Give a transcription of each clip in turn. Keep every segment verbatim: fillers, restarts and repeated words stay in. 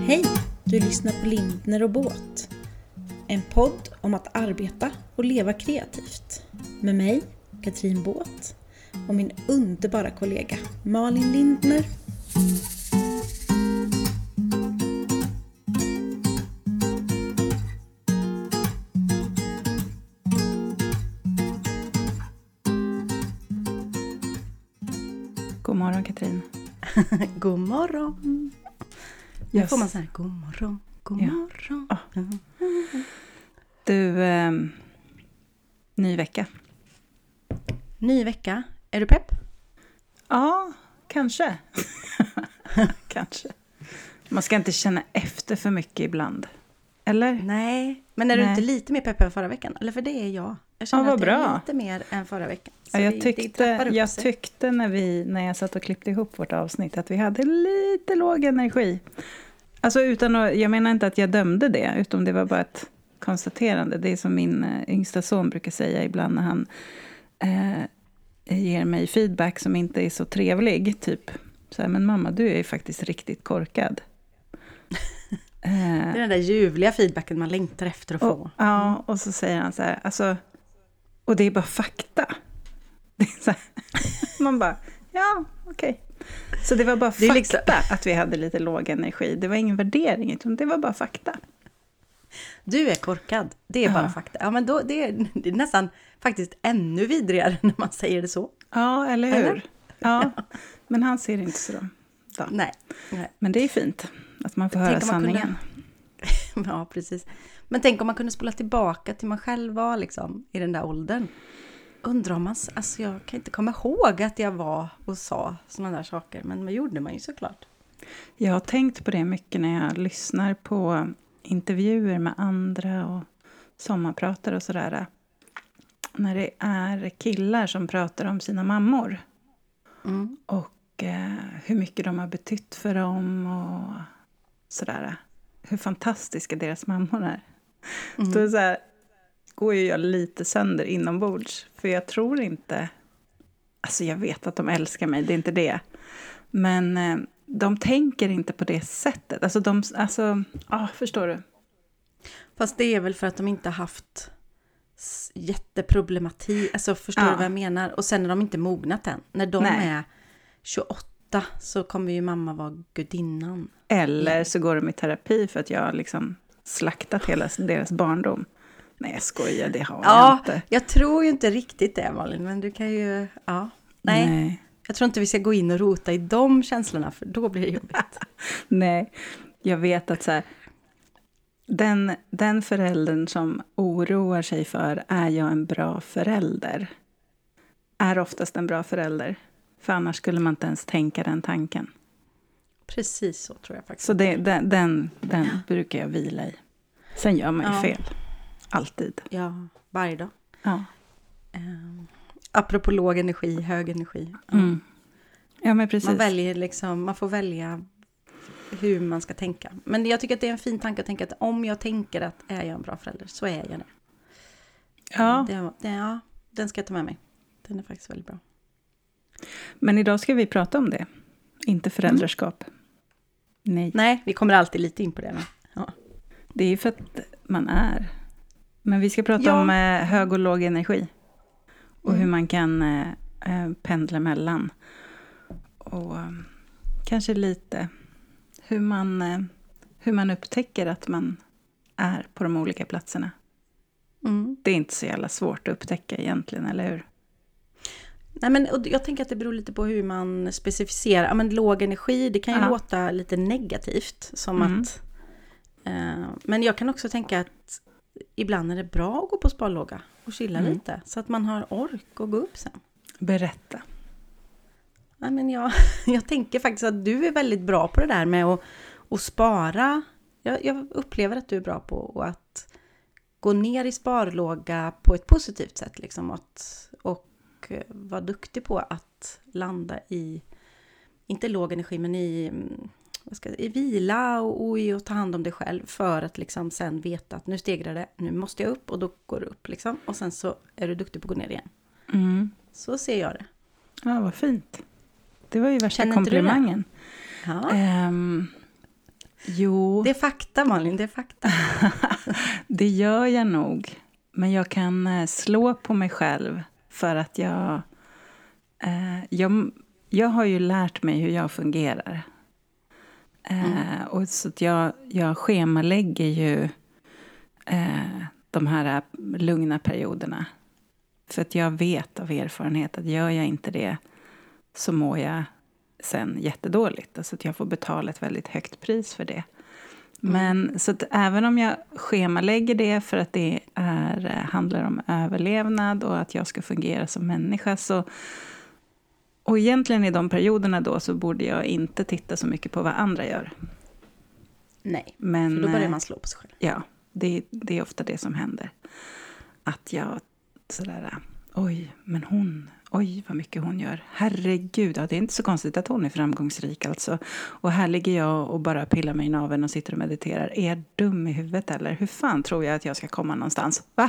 Hej! Du lyssnar på Lindner och Båt. En podd om att arbeta och leva kreativt. Med mig, Katrin Båt, och min underbara kollega Malin Lindner. God morgon, Katrin. God morgon. Nu yes. får man säga god morgon, god ja. morgon. Oh. Du, eh, ny vecka. Ny vecka. Är du pepp? Ja, kanske. kanske. Man ska inte känna efter för mycket ibland. Eller? Nej, men är Nej. du inte lite mer pepp än förra veckan? Eller för det är jag. Jag känner ja, att bra. jag är lite mer än förra veckan. Ja, jag tyckte, jag tyckte när, vi, när jag satt och klippte ihop vårt avsnitt att vi hade lite låg energi. Alltså utan att, jag menar inte att jag dömde det, utan det var bara ett konstaterande. Det är som min yngsta son brukar säga ibland när han eh, ger mig feedback som inte är så trevlig. Typ så här, men mamma, du är faktiskt riktigt korkad. Det är den där ljuvliga feedbacken man längtar efter att få. Och, ja, och så säger han så här, alltså, och det är bara fakta. Det är så här, man bara, ja, okej. Okay. Så det var bara det fakta liksom att vi hade lite låg energi. Det var ingen värdering, utan det var bara fakta. Du är korkad, det är ja. bara fakta. Ja, men då, det, är, det är nästan faktiskt ännu vidrigare när man säger det så. Ja, eller hur? Eller? Ja, men han ser inte så då. Nej, nej. Men det är fint att man får höra sanningen. Kunde... ja, precis. Men tänk om man kunde spola tillbaka till man själv var liksom, i den där åldern. Undrar om man, alltså jag kan inte komma ihåg att jag var och sa sådana där saker. Men det gjorde man ju såklart. Jag har tänkt på det mycket när jag lyssnar på intervjuer med andra och sommarpratare och sådär. När det är killar som pratar om sina mammor. Mm. Och eh, hur mycket de har betytt för dem och sådär. Hur fantastiska deras mammor är. Mm. Så, så här, går ju jag lite sönder inombords. För jag tror inte... Alltså jag vet att de älskar mig, det är inte det. Men eh, de tänker inte på det sättet. Alltså de... Alltså, ah, förstår du? Fast det är väl för att de inte har haft jätteproblematik. Alltså förstår ja. du vad jag menar? Och sen är de inte mognat än. När de Nej. är tjugoåtta så kommer ju mamma vara gudinnan. Eller så går de i terapi för att jag har liksom slaktat hela deras barndom. Nej, jag skojar, det har ja, jag inte. Jag tror ju inte riktigt det, Malin, men du kan ju... Ja, nej. nej. Jag tror inte vi ska gå in och rota i de känslorna, för då blir det jobbigt. Nej, jag vet att så här, den, den föräldern som oroar sig för, är jag en bra förälder? Är oftast en bra förälder. För annars skulle man inte ens tänka den tanken. Precis så tror jag faktiskt. Så det, den, den, den brukar jag vila i. Sen gör man ju ja. fel. Alltid. Ja, varje dag. Ja. Um, apropå låg energi, hög energi. Ja. Mm. Ja, men precis. Man väljer liksom, man får välja hur man ska tänka. Men jag tycker att det är en fin tanke att tänka att om jag tänker att är jag en bra förälder, så är jag det. Ja. Det, det, ja, den ska jag ta med mig. Den är faktiskt väldigt bra. Men idag ska vi prata om det. Inte föräldraskap. Mm. Nej. Nej, vi kommer alltid lite in på det. Ja. Det är för att man är. Men vi ska prata ja. om eh, hög och låg energi. Och mm. hur man kan eh, pendla mellan. Och eh, kanske lite hur man, eh, hur man upptäcker att man är på de olika platserna. Mm. Det är inte så jävla svårt att upptäcka egentligen, eller hur? Nej, men och jag tänker att det beror lite på hur man specificerar. Ja, men låg energi, det kan ju ja. låta lite negativt. Som mm. att... Eh, men jag kan också tänka att ibland är det bra att gå på sparlåga och chilla mm. lite. Så att man har ork att gå upp sen. Berätta. Ja, men jag, jag tänker faktiskt att du är väldigt bra på det där med att, att spara. Jag, jag upplever att du är bra på att gå ner i sparlåga på ett positivt sätt. Liksom, att, och vara duktig på att landa i, inte låg energi, men i, vad ska jag, i vila och, och i att ta hand om dig själv. För att liksom sen veta att nu stegrar det, nu måste jag upp och då går du upp. Liksom. Och sen så är du duktig på att gå ner igen. Mm. Så ser jag det. Ja, vad fint. Det var ju värsta Känner komplimangen. Ja. Um, Jo. Det är fakta, Malin, det är fakta. Det gör jag nog. Men jag kan slå på mig själv för att jag... Eh, jag, jag har ju lärt mig hur jag fungerar. Eh, mm. Och så att jag, jag schemalägger ju eh, de här lugna perioderna. För att jag vet av erfarenhet att gör jag inte det så mår jag sen jättedåligt. Alltså att jag får betala ett väldigt högt pris för det. Men så att även om jag schemalägger det för att det är, handlar om överlevnad och att jag ska fungera som människa så... Och egentligen i de perioderna då så borde jag inte titta så mycket på vad andra gör. Nej, men, för då börjar man slå på sig själv. Ja, det, det är ofta det som händer. Att jag sådär, oj, men hon, oj vad mycket hon gör. Herregud, ja, det är inte så konstigt att hon är framgångsrik alltså. Och här ligger jag och bara pillar mig i naveln och sitter och mediterar. Är jag dum i huvudet eller? Hur fan tror jag att jag ska komma någonstans? Va?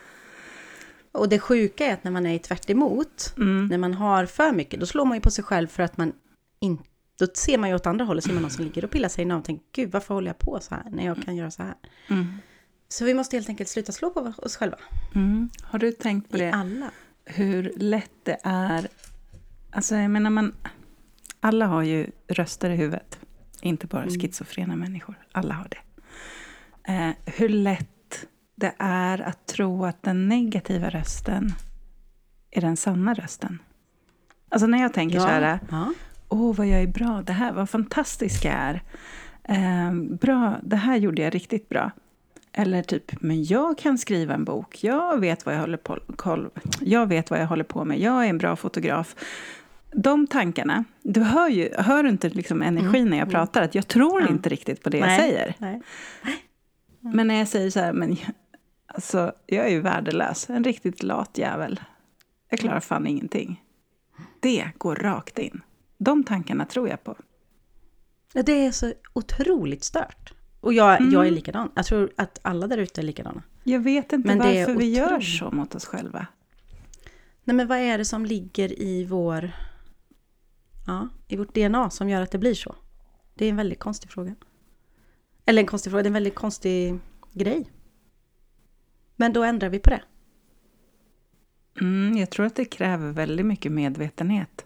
Och det sjuka är att när man är tvärt emot, mm. när man har för mycket, då slår man ju på sig själv för att man inte, då ser man ju åt andra hållet, ser man någon som ligger och pillar sig i naveln och tänker, gud varför håller jag på så här när jag kan göra så här? Mm. Så vi måste helt enkelt sluta slå på oss själva. Mm. Har du tänkt på det? I alla. Hur lätt det är, alltså jag menar man, alla har ju röster i huvudet, inte bara mm. schizofrena människor, alla har det. Eh, hur lätt det är att tro att den negativa rösten är den sanna rösten. Alltså när jag tänker ja. så här, ja. åh vad jag är bra, det här, vad fantastisk jag är. Eh, bra, det här gjorde jag riktigt bra. Eller typ, men jag kan skriva en bok. Jag vet vad jag håller på, koll, jag vet vad jag håller på med. Jag är en bra fotograf. De tankarna, du hör ju, hör inte liksom energin mm. när jag pratar. Att jag tror mm. inte riktigt på det Nej. jag säger. Nej. Mm. Men när jag säger så här, men alltså, jag är ju värdelös. En riktigt lat jävel. Jag klarar fan ingenting. Det går rakt in. De tankarna tror jag på. Det är så otroligt stört. Och jag, mm. jag är likadan. Jag tror att alla där ute är likadana. Jag vet inte men varför vi gör så mot oss själva. Nej, men vad är det som ligger i vår ja, i vårt D N A som gör att det blir så? Det är en väldigt konstig fråga. Eller en konstig fråga, det är en väldigt konstig grej. Men då ändrar vi på det. Mm, jag tror att det kräver väldigt mycket medvetenhet.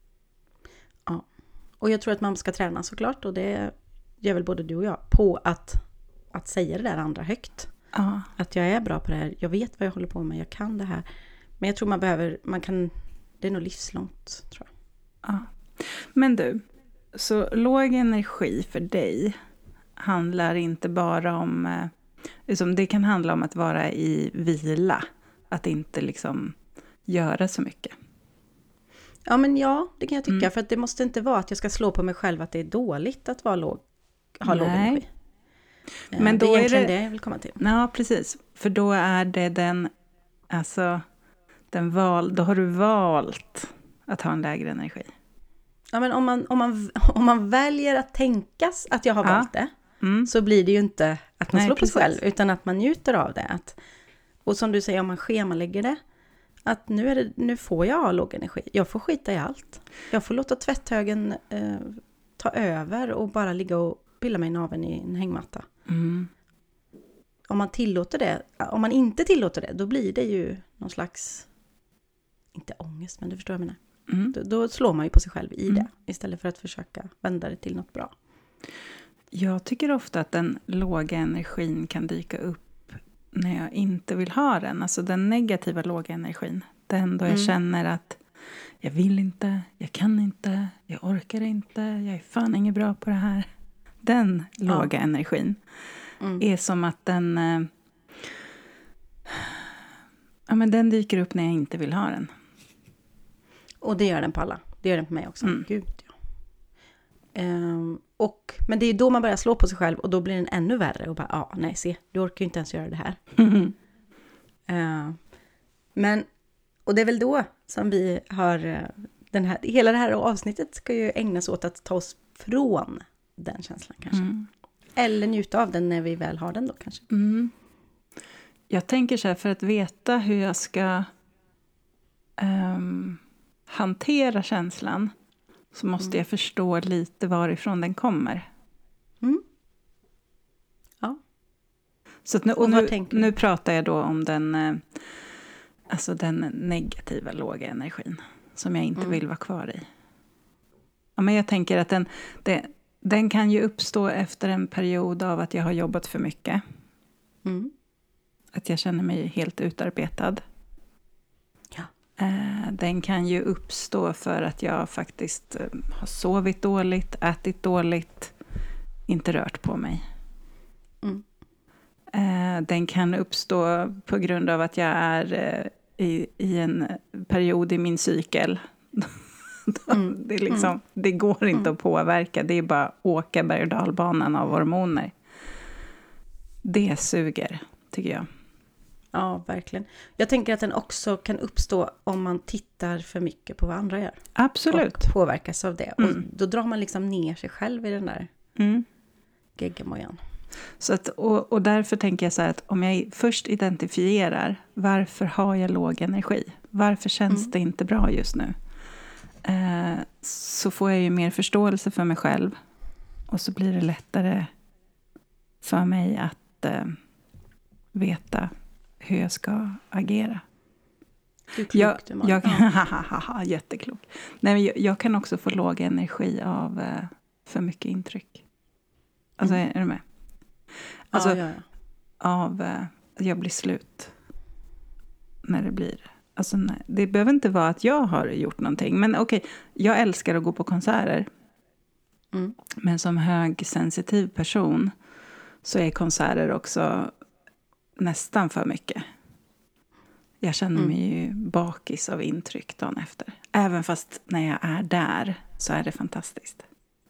Ja, och jag tror att man ska träna såklart. Och det gör väl både du och jag på att, att säga det där andra högt. Ja. Att jag är bra på det här, jag vet vad jag håller på med, jag kan det här. Men jag tror man behöver, man kan, det är nog livslångt tror jag. Ja. Men du, så låg energi för dig handlar inte bara om, liksom det kan handla om att vara i vila. Att inte liksom göra så mycket. Ja, men ja, det kan jag tycka. Mm. För att det måste inte vara att jag ska slå på mig själv att det är dåligt att vara låg, ha låg energi. Men då det är egentligen är det, det jag vill komma till. Ja, precis. För då är det den, alltså, den val, då har du valt att ha en lägre energi. Ja, men om man, om man, om man väljer att tänkas att jag har ja. valt det, mm. så blir det ju inte att man Nej, slår precis. på sig själv, utan att man njuter av det. Att, och som du säger, om man schemalägger det, att nu, är det, nu får jag ha låg energi. Jag får skita i allt. Jag får låta tvätthögen eh, ta över och bara ligga och pilla mig i naveln i en hängmatta. Mm. Om man tillåter det, om man inte tillåter det, då blir det ju någon slags, inte ångest, men du förstår vad jag menar. Mm. Då, då slår man ju på sig själv i mm. det, istället för att försöka vända det till något bra. Jag tycker ofta att den låga energin kan dyka upp när jag inte vill ha den. Alltså den negativa låga energin. Den då jag mm. känner att jag vill inte, jag kan inte, jag orkar inte, jag är fan inget bra på det här. Den ja. låga energin mm. är som att den, äh, ja, men den dyker upp när jag inte vill ha den. Och det gör den på alla. Det gör den på mig också. Mm. Gud, ja. Um, och, men det är då man börjar slå på sig själv och då blir den ännu värre. Och bara, ja, ah, nej, se, du orkar ju inte ens göra det här. Mm. Uh, men, och det är väl då som vi har, uh, den här, hela det här avsnittet ska ju ägnas åt att ta oss från den känslan kanske. Mm. Eller njuta av den när vi väl har den då kanske. Mm. Jag tänker så här, för att veta hur jag ska um, hantera känslan så måste mm. jag förstå lite varifrån den kommer. Mm. Så att nu, och nu, nu pratar jag då om den, eh, alltså den negativa låga energin som jag inte mm. vill vara kvar i. Ja, men jag tänker att den, det, den kan ju uppstå efter en period av att jag har jobbat för mycket. Mm. Att jag känner mig helt utarbetad. Ja. Eh, den kan ju uppstå för att jag faktiskt eh, har sovit dåligt, ätit dåligt, inte rört på mig. Mm. Eh, den kan uppstå på grund av att jag är eh, i, i en period i min cykel. Mm. det, är liksom, mm. det går inte mm. att påverka. Det är bara åka berg- och dalbanan av hormoner. Det suger, tycker jag. Ja, verkligen. Jag tänker att den också kan uppstå om man tittar för mycket på vad andra gör. Absolut. Och påverkas av det. Mm. Och då drar man liksom ner sig själv i den där mm. geggamojan. Så att, och, och därför tänker jag så här att om jag först identifierar varför har jag låg energi? Varför känns mm. det inte bra just nu? Eh, så får jag ju mer förståelse för mig själv. Och så blir det lättare för mig att eh, veta hur jag ska agera. Du är klok, du, jag, jag, Jätteklok. Nej, men jag, jag kan också få låg energi av eh, för mycket intryck. Alltså, mm. är du med? Alltså, ja, ja, ja. av eh, jag blir slut när det blir. Alltså, nej, det behöver inte vara att jag har gjort någonting. Men okej, okay, jag älskar att gå på konserter. Mm. Men som högsensitiv person så är konserter också nästan för mycket. Jag känner mm. mig ju bakis av intryck dagen efter. Även fast när jag är där så är det fantastiskt.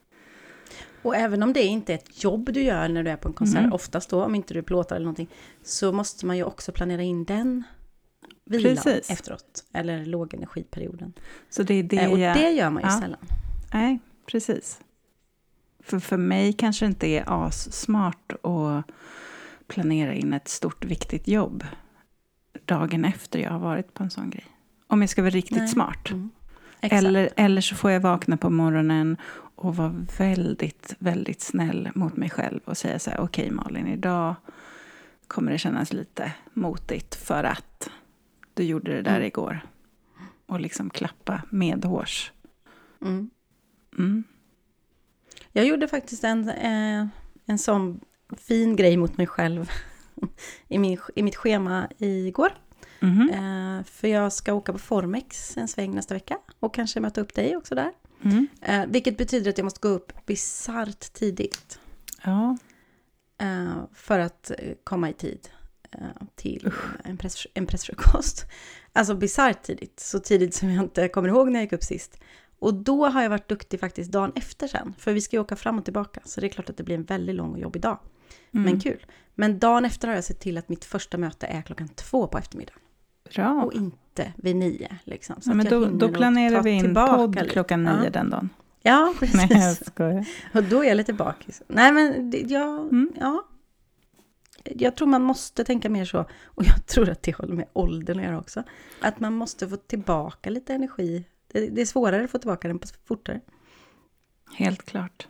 Och även om det inte är ett jobb du gör när du är på en konsert, mm. oftast då, om inte du plåtar eller någonting, så måste man ju också planera in den vilan Precis. efteråt. Eller lågenergiperioden. Så det är det och det gör man ju ja. sällan. Nej, precis. För, för mig kanske inte är assmart att planera in ett stort viktigt jobb dagen efter jag har varit på en sån grej. Om jag ska vara riktigt Nej. smart. Mm. Eller, eller så får jag vakna på morgonen och vara väldigt, väldigt snäll mot mig själv och säga så här: okej okay, Malin, idag kommer det kännas lite motigt för att du gjorde det där mm. igår. Och liksom klappa medhårs. Mm. Mm. Jag gjorde faktiskt en, eh, en sån fin grej mot mig själv i, min, i mitt schema igår. Mm-hmm. Eh, för jag ska åka på Formex en sväng nästa vecka. Och kanske möta upp dig också där. Mm. Eh, vilket betyder att jag måste gå upp bisarrt tidigt. Ja. Eh, för att komma i tid eh, till Usch. en, press, en pressfrukost. Alltså bisarrt tidigt. Så tidigt som jag inte kommer ihåg när jag gick upp sist. Och då har jag varit duktig faktiskt dagen efter sen. För vi ska ju åka fram och tillbaka. Så det är klart att det blir en väldigt lång och jobbig dag. Mm. Men kul. Men dagen efter har jag sett till att mitt första möte är klockan två på eftermiddagen. Bra. Och inte vid nio. Liksom. Så ja, men att jag då, då planerar vi in podd lite. klockan nio ja. den dagen. Ja, precis. Nej, jag skojar. Och då är jag lite bakis. Nej, men det, jag, mm. ja. Jag tror man måste tänka mer så. Och jag tror att det håller med åldern att göra också. Att man måste få tillbaka lite energi. Det, det är svårare att få tillbaka den fortare. Helt klart.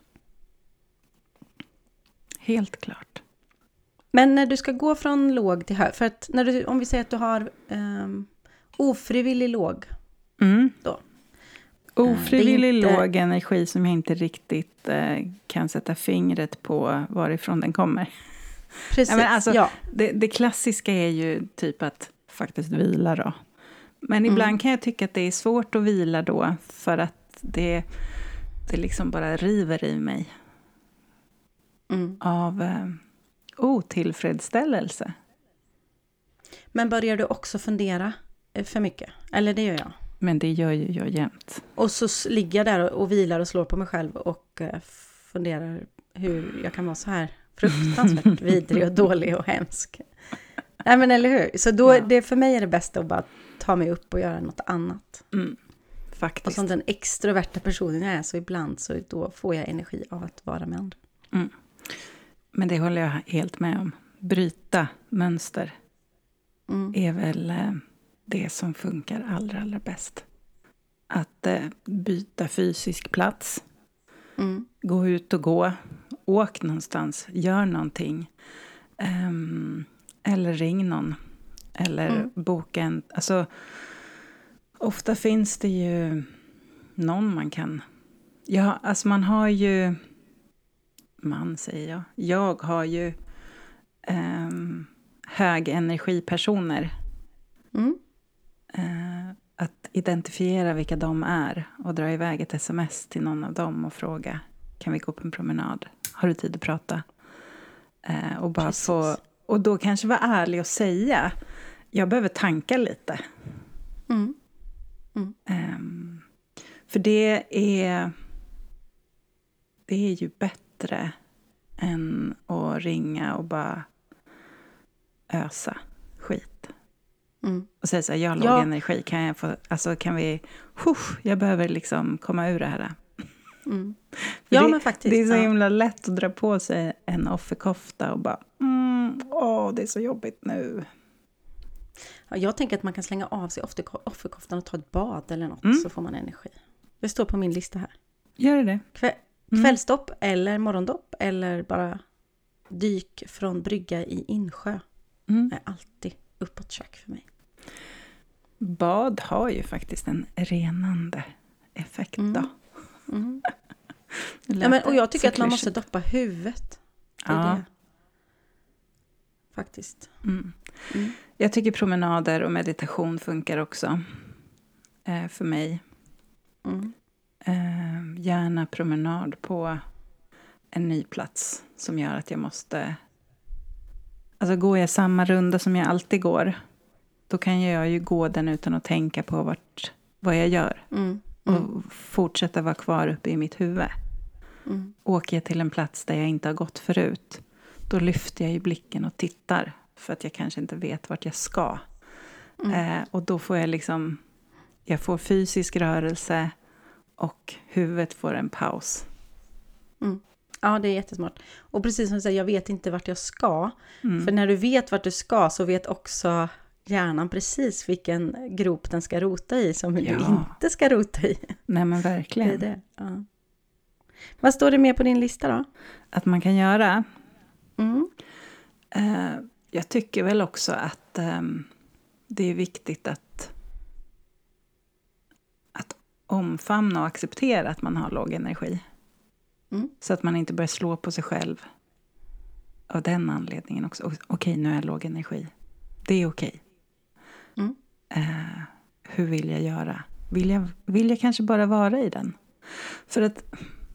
Helt klart. Men när du ska gå från låg till hög, för att när du, om vi säger att du har um, ofrivillig låg, mm. då. Ofrivillig inte... låg energi som jag inte riktigt eh, kan sätta fingret på varifrån den kommer. Precis, ja, men alltså, ja. det, det klassiska är ju typ att faktiskt vila då. Men ibland mm. kan jag tycka att det är svårt att vila då, för att det, det liksom bara river i mig. Mm. Av eh, otillfredsställelse. Men börjar du också fundera för mycket? Eller det gör jag. Men det gör ju jag jämt. Och så ligger jag där och, och vilar och slår på mig själv och uh, funderar hur jag kan vara så här fruktansvärt vidrig och dålig och hemsk. Nej, men eller hur? Så då, ja. det, för mig är det bästa att bara ta mig upp och göra något annat. Mm. Faktiskt. Och som den extroverta personen jag är, så ibland så då får jag energi av att vara med andra. Mm. Men det håller jag helt med om. Bryta mönster mm. är väl eh, det som funkar allra, allra bäst. Att eh, byta fysisk plats. Mm. Gå ut och gå. Åk någonstans. Gör någonting. Um, eller ring någon. Eller mm. boka en... Alltså, ofta finns det ju någon man kan... Ja, alltså man har ju... Man säger jag. Jag har ju um, högenergipersoner. Mm. Uh, att identifiera vilka de är. Och dra iväg ett sms till någon av dem och fråga. Kan vi gå på en promenad? Har du tid att prata? Uh, och bara Precis. få... Och då kanske vara ärlig och säga... Jag behöver tanka lite. Mm. Mm. Um, för det är... Det är ju bättre än att ringa och bara ösa skit. Mm. Och säga så här, jag har låg ja. energi. Kan jag få... Alltså kan vi... Huff, jag behöver liksom komma ur det här. Mm. Ja, det, men faktiskt. Det är så ja. himla lätt att dra på sig en offerkofta och bara... Mm, åh, det är så jobbigt nu. Ja, jag tänker att man kan slänga av sig offerkoftan och ta ett bad eller något. Mm. Så får man energi. Det står på min lista här. Gör det? Kväll, kvällstopp mm. eller morgondopp. Eller bara dyk från brygga i insjö. Mm. Är alltid uppåt kök för mig. Bad har ju faktiskt en renande effekt då. Mm. Mm. ja, men, och jag tycker att man måste doppa huvudet. Det är ja. det. Faktiskt. Mm. Mm. Jag tycker promenader och meditation funkar också. Eh, för mig. Mm. Eh, gärna promenad på en ny plats. Som gör att jag måste... Alltså går jag samma runda som jag alltid går. Då kan jag ju gå den utan att tänka på vart, vad jag gör. Mm. Mm. Och fortsätta vara kvar uppe i mitt huvud. Mm. Åker jag till en plats där jag inte har gått förut. Då lyfter jag ju blicken och tittar. För att jag kanske inte vet vart jag ska. Mm. Eh, och då får jag liksom... Jag får fysisk rörelse. Och huvudet får en paus. Mm. Ja, det är jättesmart. Och precis som du säger, jag vet inte vart jag ska. Mm. För när du vet vart du ska så vet också hjärnan precis vilken grop den ska rota i. Som ja. du inte ska rota i. Nej, men verkligen. Det är det. Ja. Vad står det med på din lista då? Att man kan göra... Mm. Uh, jag tycker väl också att um, det är viktigt att, att omfamna och acceptera att man har låg energi. Mm. Så att man inte börjar slå på sig själv av den anledningen också. Okej, okay, nu är jag låg energi. Det är okej. Okay. Mm. Uh, hur vill jag göra? Vill jag, vill jag kanske bara vara i den? För att...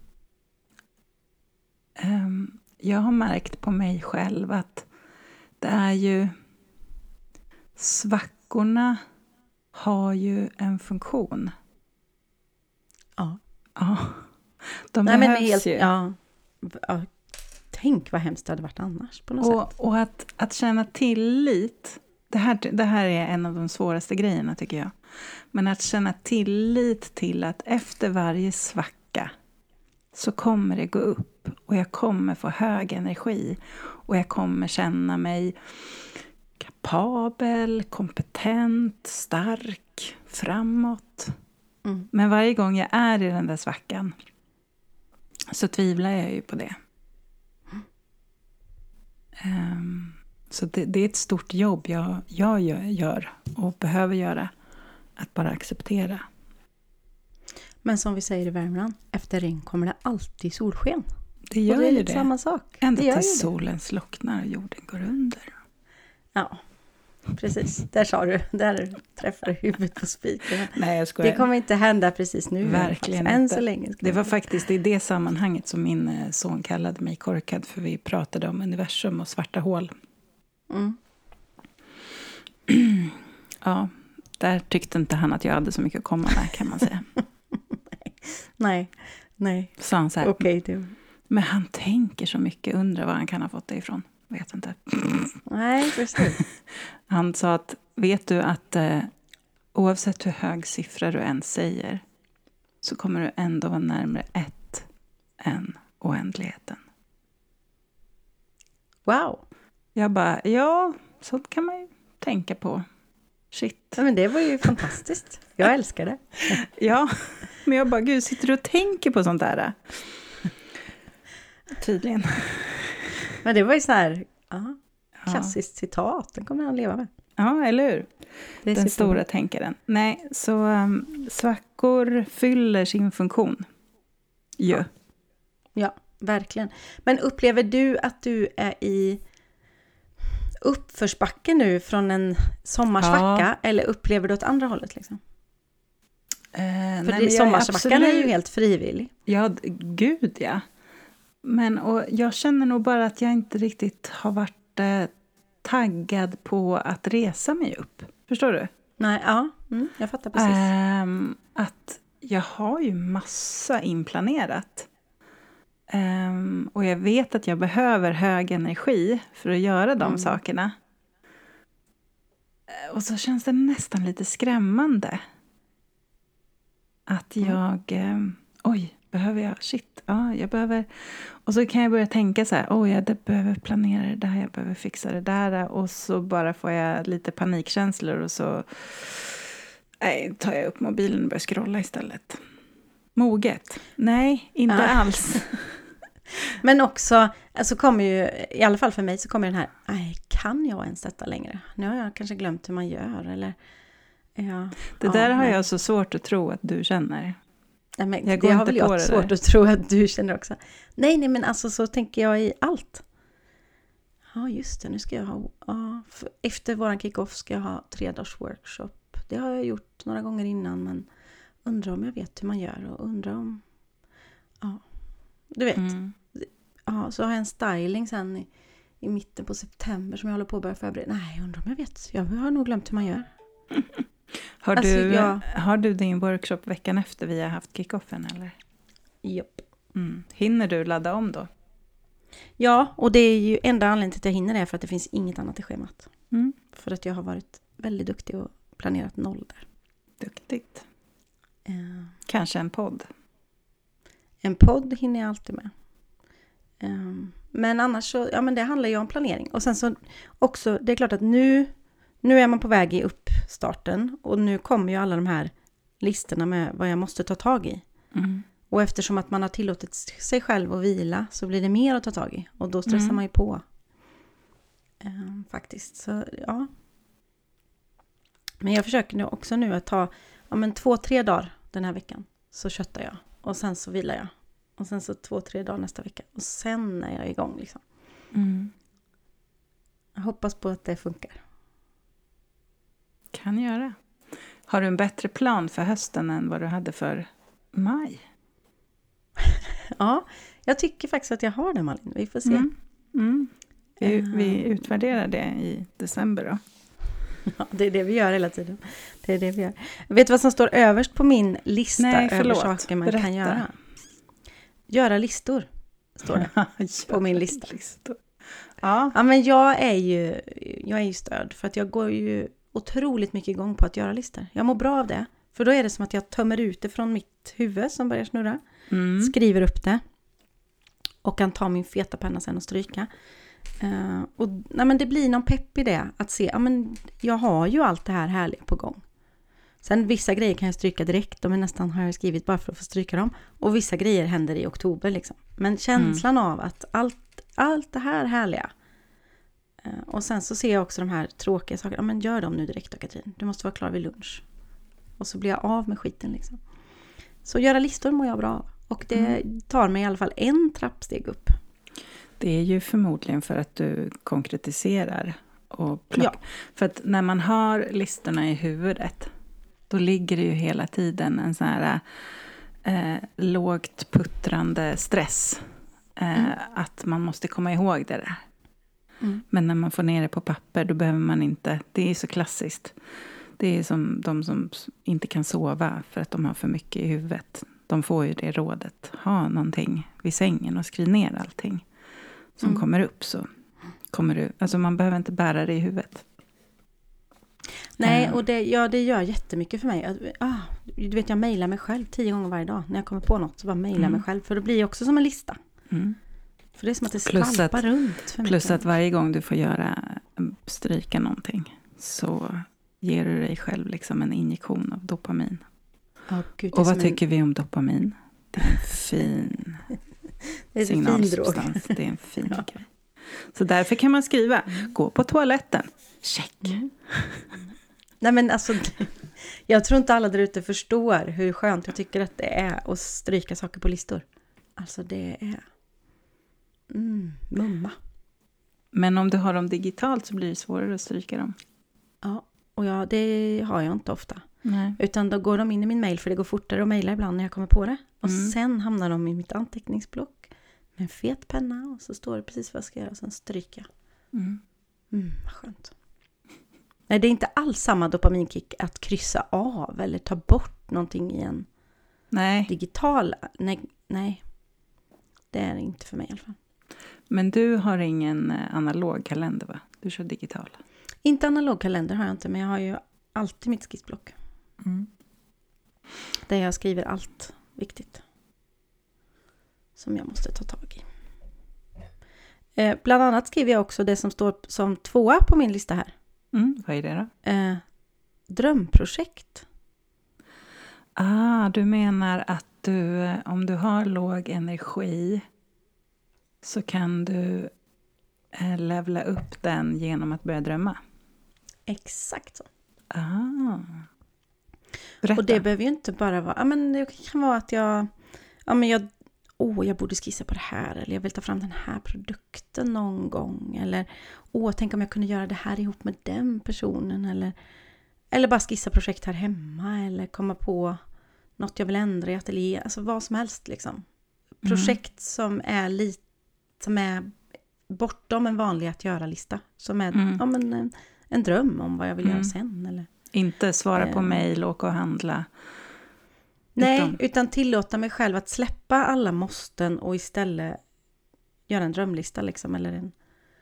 Um, jag har märkt på mig själv att det är ju... Svackorna har ju en funktion. Ja. Ja. De Nej, behövs men helt, ju. Ja. Ja. Tänk vad hemskt det hade varit annars på något och, sätt. Och att, att känna tillit. Det här, det här är en av de svåraste grejerna tycker jag. Men att känna tillit till att efter varje svacka så kommer det gå upp. Och jag kommer få hög energi. Och jag kommer känna mig kapabel, kompetent, stark, framåt. Mm. Men varje gång jag är i den där svackan så tvivlar jag ju på det. Mm. Um, så det, det är ett stort jobb jag, jag gör och behöver göra. Att bara acceptera. Men som vi säger i Värmland, efter regn kommer det alltid solsken. Det gör och det är ju lite det. samma sak. Ända det gör tills ju solen slocknar och jorden går under. Ja, precis. Där sa du. Där träffade du huvudet på spiken. Nej, jag skojar. Det kommer inte hända precis nu. Verkligen Än inte. så länge. Det var faktiskt i det sammanhanget som min son kallade mig korkad. För vi pratade om universum och svarta hål. Mm. Ja, där tyckte inte han att jag hade så mycket att komma med, kan man säga. nej, nej. Så han så här, okay, det... men han tänker så mycket, undrar vad han kan ha fått det ifrån. Vet inte. Nej, precis. Han sa att, vet du att eh, oavsett hur hög siffra du än säger så kommer du ändå vara närmare ett än oändligheten. Wow. Jag bara, ja, så kan man ju tänka på. Shit. Ja, men det var ju fantastiskt. Jag älskar det. Ja, men jag bara, gud, sitter du och tänker på sånt där? Tydligen. Men det var ju så här, ja, klassiskt ja. citat. Den kommer han leva med. Ja, eller hur? Den stora tänkaren. Nej, så um, svackor fyller sin funktion. Ja. Ja, verkligen. Men upplever du att du är i uppförsbacke nu från en sommarsvacka? Ja. Eller upplever du åt andra hållet liksom? Eh, För nej, sommarsvackan är, är ju helt frivillig. Ja, gud ja. Men och jag känner nog bara att jag inte riktigt har varit eh, taggad på att resa mig upp. Förstår du? Nej, ja. Mm, jag fattar precis. Um, att jag har ju massa inplanerat. Um, och jag vet att jag behöver hög energi för att göra de mm. sakerna. Och så känns det nästan lite skrämmande. Att jag... Um, oj, behöver jag... Shit, ja, jag behöver... Och så kan jag börja tänka så här, oj, jag behöver planera det där, jag behöver fixa det där. Och så bara får jag lite panikkänslor och så nej, tar jag upp mobilen och börjar scrolla istället. Moget? Nej, inte ja. alls. Men också, alltså kommer ju, i alla fall för mig så kommer den här, nej, kan jag ens detta längre? Nu har jag kanske glömt hur man gör, eller... Ja, det där ja, har men... jag så svårt att tro att du känner. Nej, men jag det har väl jag svårt att tro att du känner också. Nej, nej, men alltså så tänker jag i allt. Ja, just det, nu ska jag ha... Ja, efter våran kick-off ska jag ha tre dagars workshop. Det har jag gjort några gånger innan, men undrar om jag vet hur man gör och undrar om... Ja, du vet. Mm. Ja, så har jag en styling sen i, i mitten på september som jag håller på att börja förbereda. Nej, jag undrar om jag vet. Jag har nog glömt hur man gör. Har, alltså, du, jag... har du din workshop veckan efter vi har haft kickoffen, eller? Japp. Mm. Hinner du ladda om då? Ja, och det är ju enda anledningen till att jag hinner det för att det finns inget annat i schemat. Mm. För att jag har varit väldigt duktig och planerat noll där. Duktigt. Uh, Kanske en podd? En podd hinner jag alltid med. Um, men annars så, ja men det handlar ju om planering. Och sen så också, det är klart att nu... Nu är man på väg i uppstarten och nu kommer ju alla de här listorna med vad jag måste ta tag i. Mm. Och eftersom att man har tillåtit sig själv att vila så blir det mer att ta tag i. Och då stressar mm. man ju på. Ehm, faktiskt. Så ja. Men jag försöker nu också nu att ta ja, men två, tre dagar den här veckan. Så köttar jag. Och sen så vilar jag. Och sen så två, tre dagar nästa vecka. Och sen är jag igång liksom. Mm. Jag hoppas på att det funkar. Kan göra. Har du en bättre plan för hösten än vad du hade för maj? Ja, jag tycker faktiskt att jag har det, Malin. Vi får se. Mm. Mm. Vi, vi utvärderar det i december då. Ja, det är det vi gör hela tiden. Det är det vi gör. Vet du vad som står överst på min lista? Nej, över saker man Berätta. kan göra? Göra listor, står det på min lista. Listor. Ja. Ja, men jag är ju jag är ju störd för att jag går ju otroligt mycket igång på att göra listor. Jag mår bra av det. För då är det som att jag tömmer ut det från mitt huvud som börjar snurra. Mm. Skriver upp det. Och kan ta min feta penna sen och stryka. Uh, och nej, men det blir någon pepp i det. Att se, ja men jag har ju allt det här härligt på gång. Sen vissa grejer kan jag stryka direkt. De är nästan har jag skrivit bara för att få stryka dem. Och vissa grejer händer i oktober liksom. Men känslan mm. av att allt, allt det här härliga. Och sen så ser jag också de här tråkiga sakerna. Ja, men gör dem nu direkt då, Katrin. Du måste vara klar vid lunch. Och så blir jag av med skiten liksom. Så göra listor mår jag bra av. Och det mm. tar mig i alla fall en trappsteg upp. Det är ju förmodligen för att du konkretiserar. Och plock. Ja. För att när man har listorna i huvudet. Då ligger det ju hela tiden en sån här eh, lågt puttrande stress. Eh, mm. Att man måste komma ihåg det där. Mm. Men när man får ner det på papper då behöver man inte, det är så klassiskt. Det är som de som inte kan sova för att de har för mycket i huvudet. De får ju det rådet. Ha någonting vid sängen och skriv ner allting som mm. kommer upp så kommer du, alltså man behöver inte bära det i huvudet. Nej, och det, ja, det gör jättemycket för mig. Ah, du vet, jag mejlar mig själv tio gånger varje dag. När jag kommer på något så bara mejlar jag mm. mig själv. För det blir också som en lista. Mm. För det är som att det skvalpar runt. För plus att varje gång du får göra, stryka någonting så ger du dig själv liksom en injektion av dopamin. Oh, Gud, och vad tycker en... vi om dopamin? Det är en fin det är signalsubstans. Det är en fin ja. grej. Så därför kan man skriva, mm. gå på toaletten. Check. Mm. Nej men alltså, jag tror inte alla där ute förstår hur skönt jag tycker att det är att stryka saker på listor. Alltså det är mm, mumma. Men om du har dem digitalt så blir det svårare att stryka dem. Ja, och ja, det har jag inte ofta. Nej. Utan då går de in i min mail, för det går fortare att mejla ibland när jag kommer på det. Och Mm. sen hamnar de i mitt anteckningsblock med en fet penna och så står det precis vad jag ska göra och sen stryka. Mm. Mm, vad skönt. Nej, det är inte alls samma dopaminkick att kryssa av eller ta bort någonting i en Nej. digital. Nej, nej, det är det inte för mig i alla fall. Men du har ingen analog kalender, va? Du kör digital. Inte analog kalender har jag inte, men jag har ju alltid mitt skissblock. Mm. Där jag skriver allt viktigt som jag måste ta tag i. Eh, bland annat skriver jag också det som står som tvåa på min lista här. Mm, vad är det då? Eh, drömprojekt. Ah, du menar att du, om du har låg energi så kan du eh, levla upp den genom att börja drömma? Exakt så. Ah. Berätta. Och det behöver ju inte bara vara, ja men det kan vara att jag, ja men jag, åh jag borde skissa på det här, eller jag vill ta fram den här produkten någon gång, eller åh tänk om jag kunde göra det här ihop med den personen, eller, eller bara skissa projekt här hemma, eller komma på något jag vill ändra i ateljé, alltså vad som helst liksom. Projekt mm. som är lite, som är bortom en vanlig att göra-lista, som är mm. ja, men en, en dröm om vad jag vill mm. göra sen, eller inte svara på eh, mejl och åka och handla. Nej, utan... utan tillåta mig själv att släppa alla måsten och istället göra en drömlista liksom, eller en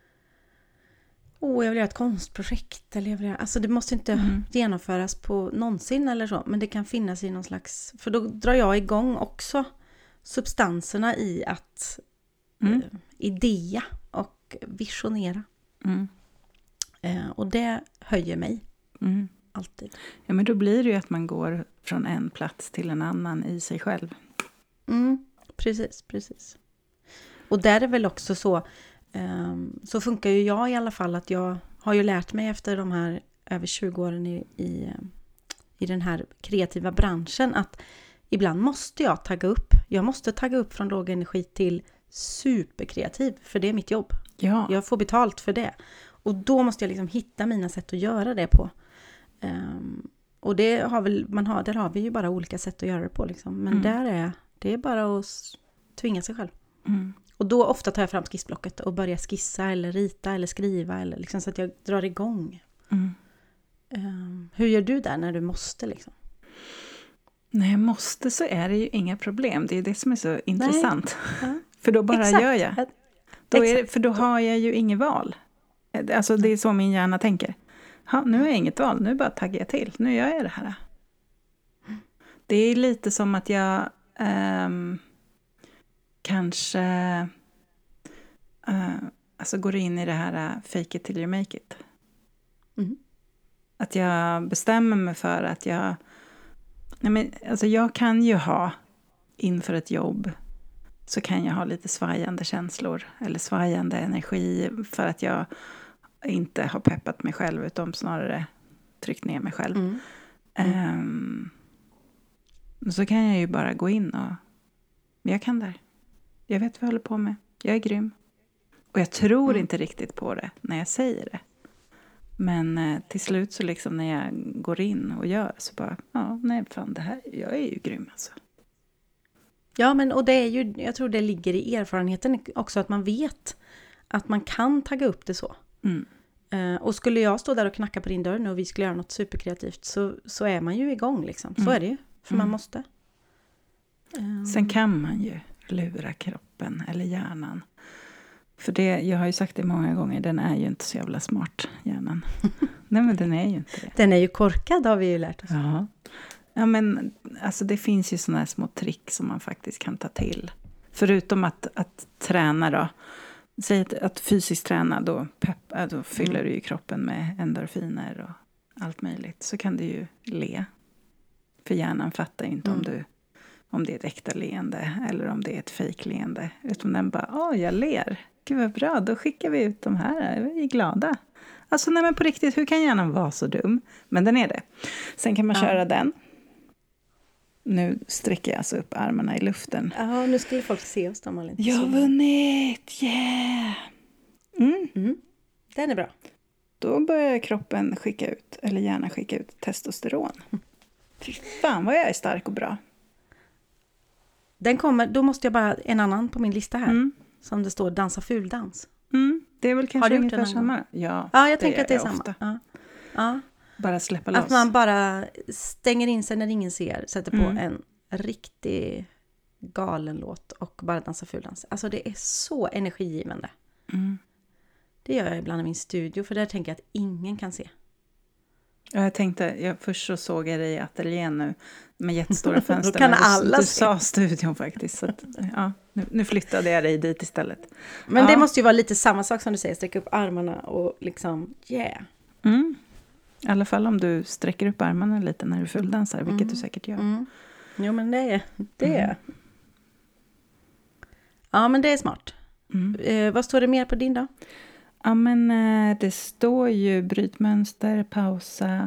åh, oh, jag vill göra ett konstprojekt, eller jag vill göra, alltså det måste inte mm. genomföras på någonsin eller så, men det kan finnas i någon slags, för då drar jag igång också substanserna i att mm. eh, idea och visionera. Mm. Eh, och det höjer mig. Mm. Alltid. Ja, men då blir det ju att man går från en plats till en annan i sig själv. Mm, precis, precis. Och där är väl också så, um, så funkar ju jag i alla fall, att jag har ju lärt mig efter de här över tjugo åren i, i, i den här kreativa branschen, att ibland måste jag tagga upp. Jag måste tagga upp från låg energi till superkreativ, för det är mitt jobb. Ja. Jag får betalt för det. Och då måste jag liksom hitta mina sätt att göra det på. Um, och det har väl, man har, där har vi ju bara olika sätt att göra det på liksom. Men mm. där är det är bara att tvinga sig själv. Mm. Och då ofta tar jag fram skissblocket och börjar skissa eller rita eller skriva, eller liksom, så att jag drar igång. Mm. Um, hur gör du där när du måste liksom? När jag måste så är det ju inga problem. Det är det som är så intressant. Ja. För då bara Exakt. gör jag. Då är det, för då har jag ju inget val. Alltså det är så min hjärna tänker. Ha, nu har jag inget val, nu bara taggar jag till. Nu gör jag det här. Det är lite som att jag um, kanske uh, alltså går in i det här uh, fake it till you make it. Mm. Att jag bestämmer mig för att jag... Nej men, alltså jag kan ju ha inför ett jobb, så kan jag ha lite svajande känslor eller svajande energi för att jag inte har peppat mig själv, utan snarare tryckt ner mig själv. Mm. Mm. Um, så kan jag ju bara gå in och jag kan där. Jag vet vad jag håller på med. Jag är grym. Och jag tror mm. inte riktigt på det när jag säger det. Men eh, till slut så liksom när jag går in och gör så bara, ja, nej fan det här, jag är ju grym alltså. Ja, men och det är ju, jag tror det ligger i erfarenheten också, att man vet att man kan tagga upp det så. Mm. Uh, och skulle jag stå där och knacka på din dörr nu och vi skulle göra något superkreativt, så, så är man ju igång liksom. Så mm. är det ju, för mm. man måste. Um. Sen kan man ju lura kroppen eller hjärnan. För det, jag har ju sagt det många gånger, den är ju inte så jävla smart, hjärnan. Nej, men den är ju inte det. Den är ju korkad, har vi ju lärt oss. Ja, ja men alltså det finns ju såna här små trick som man faktiskt kan ta till. Förutom att, att träna då. Säg att, att fysiskt träna, då, pepp, då fyller mm. du ju kroppen med endorfiner och allt möjligt. Så kan du ju le. För hjärnan fattar ju inte mm. om, du, om det är ett äkta leende eller om det är ett fejkleende. Utan den bara, åh jag ler. Gud vad bra, då skickar vi ut de här. Vi är glada. Alltså nej men på riktigt, hur kan hjärnan vara så dum? Men den är det. Sen kan man ja. köra den. Nu sträcker jag alltså upp armarna i luften. Ja, nu skulle folk se oss. De har jag har vunnit, yeah! Mm. Mm. Den är bra. Då börjar kroppen skicka ut, eller hjärnan skicka ut testosteron. Fy fan vad jag är stark och bra. Den kommer, då måste jag bara en annan på min lista här. Mm. Som det står dansa fuldans. Mm. Det är väl kanske ungefär samma. Ja, ja, jag tänker att det är samma. Ja. Ja. Bara släppa loss. Att man bara stänger in sig när ingen ser. Sätter på mm. en riktig galen låt och bara dansa fuldans. Alltså det är så energigivande. Mm. Det gör jag ibland i min studio. För där tänker jag att ingen kan se. Ja, jag tänkte, jag först så såg jag dig i ateljén nu med jättestora fönster. Då kan alla du, du sa studion faktiskt. Så att, ja, nu, nu flyttade jag dig dit istället. Men ja. det måste ju vara lite samma sak som du säger. Sträcka upp armarna och liksom, yeah. Mm. I alla fall om du sträcker upp armarna lite när du fulldansar, vilket mm. du säkert gör. Mm. Jo, men det är det. Mm. Ja, men det är smart. Mm. Eh, vad står det mer på din då? Ja, men eh, det står ju brytmönster, pausa,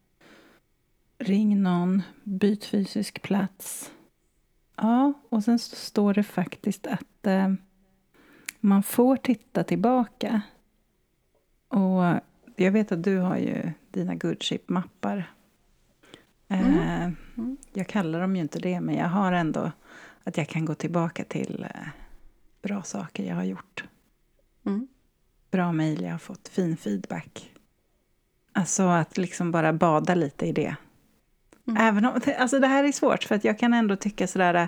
ring någon, byt fysisk plats. Ja, och sen så står det faktiskt att eh, man får titta tillbaka. Och jag vet att du har ju dina Goodship-mappar. Mm. Eh, mm. Jag kallar dem ju inte det, men jag har ändå att jag kan gå tillbaka till eh, bra saker jag har gjort. Mm. Bra mejl jag har fått, fin feedback. Alltså att liksom bara bada lite i det. Mm. Även om, alltså det här är svårt, för att jag kan ändå tycka sådär...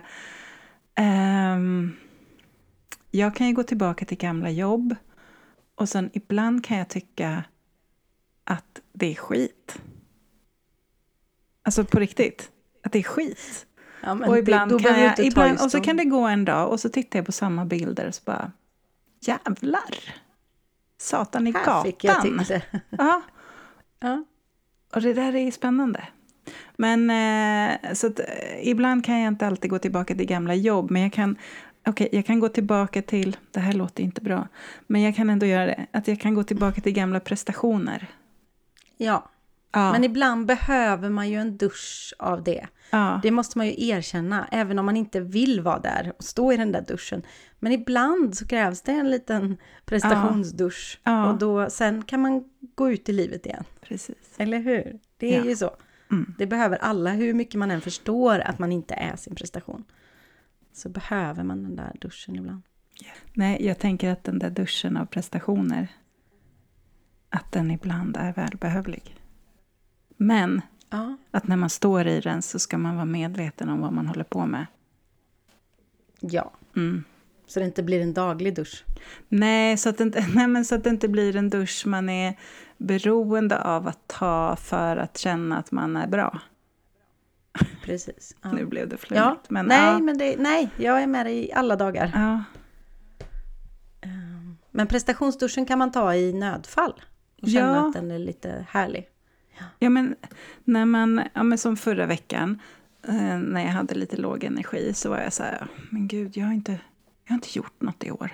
Um, jag kan ju gå tillbaka till gamla jobb. Och sen ibland kan jag tycka att det är skit. Alltså på riktigt. Att det är skit. Ja, men och ibland det, kan jag, ibland, och så kan det gå en dag och så tittar jag på samma bilder och så bara, jävlar. Satan i här gatan. Fick jag till det. Ja. Ja. Och det där är spännande. Men eh, så att, eh, ibland kan jag inte alltid gå tillbaka till gamla jobb. Men jag kan, okay, jag kan gå tillbaka till, det här låter inte bra. Men jag kan ändå göra det. Att jag kan gå tillbaka till gamla prestationer. Ja. Ja. Men ibland behöver man ju en dusch av det. Ja. Det måste man ju erkänna. Även om man inte vill vara där och stå i den där duschen. Men ibland så krävs det en liten prestationsdusch. Ja. Och då, sen kan man gå ut i livet igen. Precis. Eller hur? Det är ja. ju så. Mm. Det behöver alla. Hur mycket man än förstår att man inte är sin prestation. Så behöver man den där duschen ibland. Yeah. Nej, jag tänker att den där duschen av prestationer. Att den ibland är välbehövlig. Men ja. att när man står i den så ska man vara medveten om vad man håller på med. Ja. Mm. Så det inte blir en daglig dusch. Nej, så att det inte, nej, men så att det inte blir en dusch man är beroende av att ta för att känna att man är bra. Precis. Ja. Nu blev det flummigt. Ja. Men, nej, ja. men det, nej, jag är med dig i alla dagar. Ja. Men prestationsduschen kan man ta i nödfall. Och känna ja. att den är lite härlig. Ja, ja men när man, ja men som förra veckan, eh, när jag hade lite låg energi så var jag så här, men gud, jag har inte, jag har inte gjort något i år.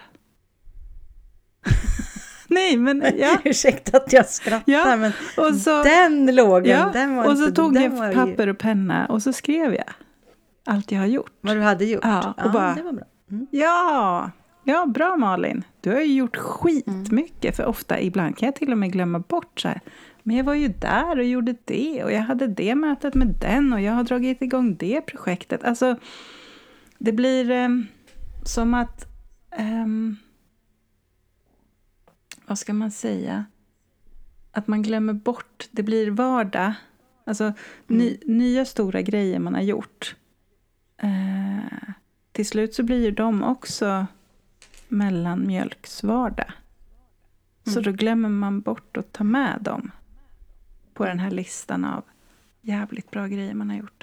Nej, men ja. Ursäkta att jag skrattar, ja. men och så, den lågen, ja. den var och så inte, tog den jag var papper ju... och penna och så skrev jag allt jag har gjort. Vad du hade gjort. Ja, och ja, bara, det var bra. Mm. Ja, ja, bra Malin. Du har ju gjort skitmycket, mm. för ofta, ibland kan jag till och med glömma bort så här. Men jag var ju där och gjorde det och jag hade det mötet med den och jag har dragit igång det projektet. Alltså, det blir eh, som att, eh, vad ska man säga? Att man glömmer bort, det blir vardag. Alltså, mm. ny, nya stora grejer man har gjort. Eh, till slut så blir ju de också mellanmjölksvardag. Mm. Så då glömmer man bort att ta med dem på den här listan av jävligt bra grejer man har gjort.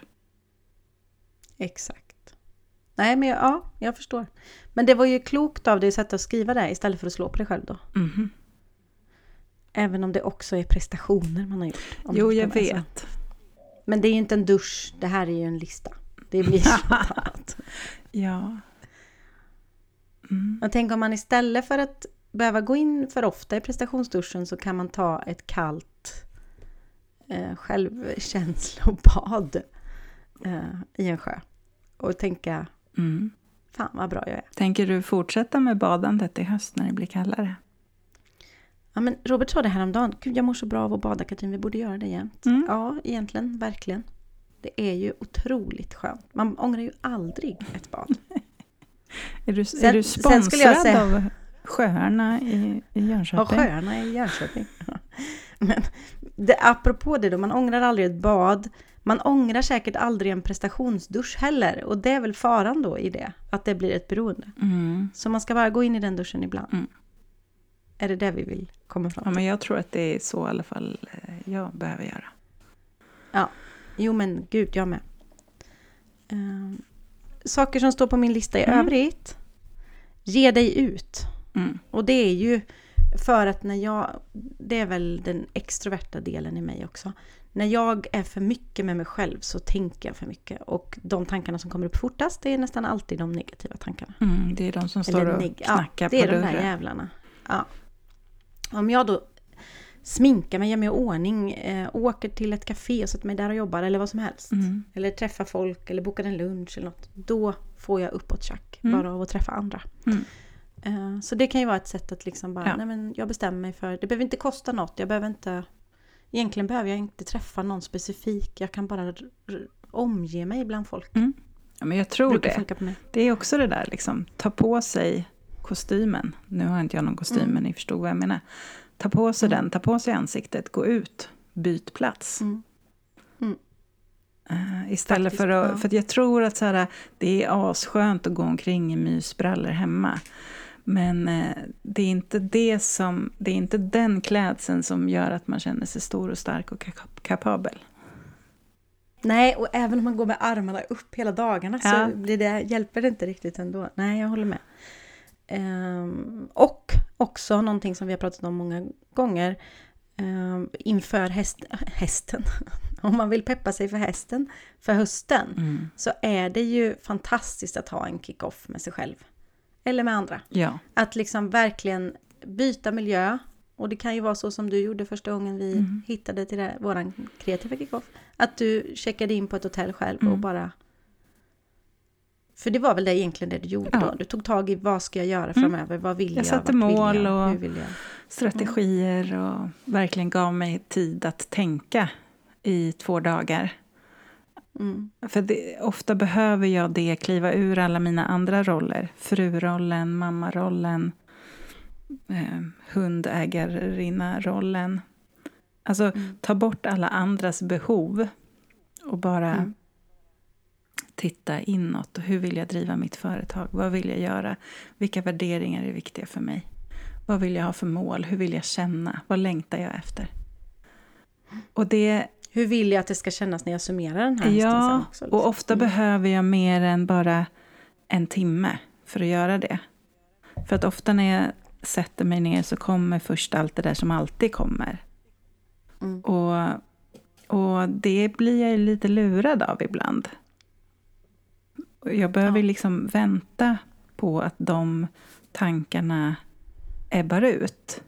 Exakt. Nej, men jag, ja, jag förstår. Men det var ju klokt av dig att sätta och skriva där istället för att slå på dig själv då. Mm-hmm. Även om det också är prestationer man har gjort. Jo, jag vet. Alltså. Men det är ju inte en dusch. Det här är ju en lista. Det blir ju annat. Ja. Mm. Jag tänker om man istället för att behöva gå in för ofta i prestationsduschen så kan man ta ett kallt eh, självkänslobad eh, i en sjö. Och tänka, mm. fan vad bra jag är. Tänker du fortsätta med badandet i höst när det blir kallare? Ja, men Robert sa det här om dagen. Gud, jag mår så bra av att bada, Katrin. Vi borde göra det jämt. Mm. Ja, egentligen. Verkligen. Det är ju otroligt skönt. Man ångrar ju aldrig ett bad. är, du, sen, är du sponsrad säga, av sjöarna i, i Jönköping? Ja, sjöarna i Jönköping. Men det, apropå det då, man ångrar aldrig ett bad. Man ångrar säkert aldrig en prestationsdusch heller. Och det är väl faran då i det. Att det blir ett beroende. Mm. Så man ska bara gå in i den duschen ibland. Mm. Är det det vi vill komma fram till? Ja, men jag tror att det är så i alla fall jag behöver göra. Ja, jo men gud, jag med. Um, saker som står på min lista i mm. övrigt. Ge dig ut. Mm. Och det är ju för att när jag, det är väl den extroverta delen i mig också. När jag är för mycket med mig själv så tänker jag för mycket. Och de tankarna som kommer upp fortast, det är nästan alltid de negativa tankarna. Mm, det är de som står och neg- knackar ja, på det är dörren. de där jävlarna. Ja. Om jag då sminkar mig, gör mig i ordning, äh, åker till ett café och sätter mig där och jobbar eller vad som helst. Mm. Eller träffar folk eller bokar en lunch eller något. Då får jag uppåt tjack Mm. bara av att träffa andra. Mm. Uh, så det kan ju vara ett sätt att liksom bara, ja. nej men jag bestämmer mig för, det behöver inte kosta något, jag behöver inte, egentligen behöver jag inte träffa någon specifik, jag kan bara r- r- omge mig bland folk. Mm. Ja, men jag tror Brukar det. funka på mig. Det är också det där liksom, ta på sig kostymen. Nu har inte jag någon kostym, Mm. men ni förstod vad jag menar. Ta på sig Mm. den, ta på sig ansiktet, gå ut, byt plats. Mm. Mm. Uh, istället Faktiskt, för att, ja. för att jag tror att så här, det är asskönt att gå omkring i mysbrallor hemma. Men uh, det är inte det som, det är inte den klädseln som gör att man känner sig stor och stark och kap- kapabel. Nej, och även om man går med armarna upp hela dagarna Ja. så blir det, hjälper det inte riktigt ändå. Nej, jag håller med. Um, och också någonting som vi har pratat om många gånger um, inför häst, hästen. Om man vill peppa sig för hästen för hösten Mm. så är det ju fantastiskt att ha en kick-off med sig själv. Eller med andra. Ja. Att liksom verkligen byta miljö. Och det kan ju vara så som du gjorde första gången vi Mm. hittade till det, våran kreativa kick-off. Att du checkade in på ett hotell själv Mm. och bara... För det var väl det egentligen det du gjorde Ja. då. Du tog tag i vad ska jag göra framöver? Mm. Vad vill jag? Jag satte Vart vill mål jag? och Hur vill jag? strategier och verkligen gav mig tid att tänka i två dagar. Mm. För det, ofta behöver jag det, kliva ur alla mina andra roller. Frurollen, mammarollen, eh, hundägarinna-rollen. Alltså Mm. ta bort alla andras behov och bara Mm. titta inåt. Och hur vill jag driva mitt företag? Vad vill jag göra? Vilka värderingar är viktiga för mig? Vad vill jag ha för mål? Hur vill jag känna? Vad längtar jag efter? Och det... Hur vill jag att det ska kännas när jag summerar den här hösten Ja, sen också? Liksom? och ofta Mm. behöver jag mer än bara en timme för att göra det. För att ofta när jag sätter mig ner så kommer först allt det där som alltid kommer. Mm. Och, och det blir jag lite lurad av ibland. Jag behöver Ja. liksom vänta på att de tankarna ebbar ut.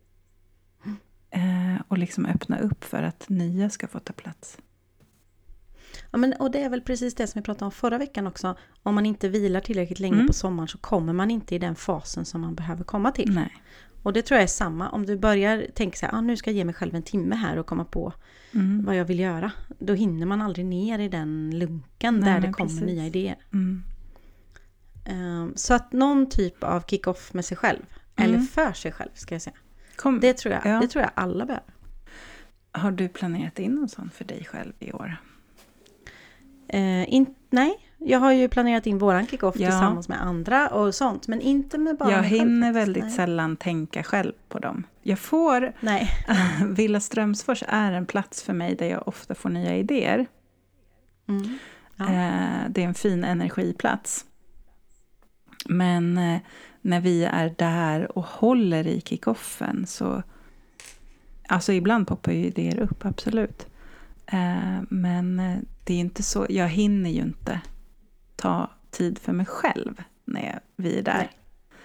Eh, och liksom öppna upp för att nya ska få ta plats. Ja, men, och det är väl precis det som vi pratade om förra veckan också. Om man inte vilar tillräckligt länge Mm. på sommaren så kommer man inte i den fasen som man behöver komma till. Nej. Och det tror jag är samma. Om du börjar tänka så här, ah, nu ska jag ge mig själv en timme här och komma på Mm. vad jag vill göra. Då hinner man aldrig ner i den lunken Nej, där det men kommer precis. nya idéer. Mm. Um, så att någon typ av kick-off med sig själv. Mm. Eller för sig själv ska jag säga. Kom, Det tror jag, ja. det tror jag alla behöver. Har du planerat in någon sån för dig själv i år? Uh, in, nej, jag har ju planerat in våran kick-off Ja. tillsammans med andra och sånt. Men inte med bara Jag mig själv hinner faktiskt. väldigt nej. sällan tänka själv på dem. Jag får... Nej. Villa Strömsfors är en plats för mig där jag ofta får nya idéer. Mm. Ja. Eh, det är en fin energiplats. Men eh, när vi är där och håller i kickoffen så... Alltså ibland poppar ju idéer upp, absolut. Eh, men eh, det är inte så... Jag hinner ju inte ta tid för mig själv när vi är där. Nej.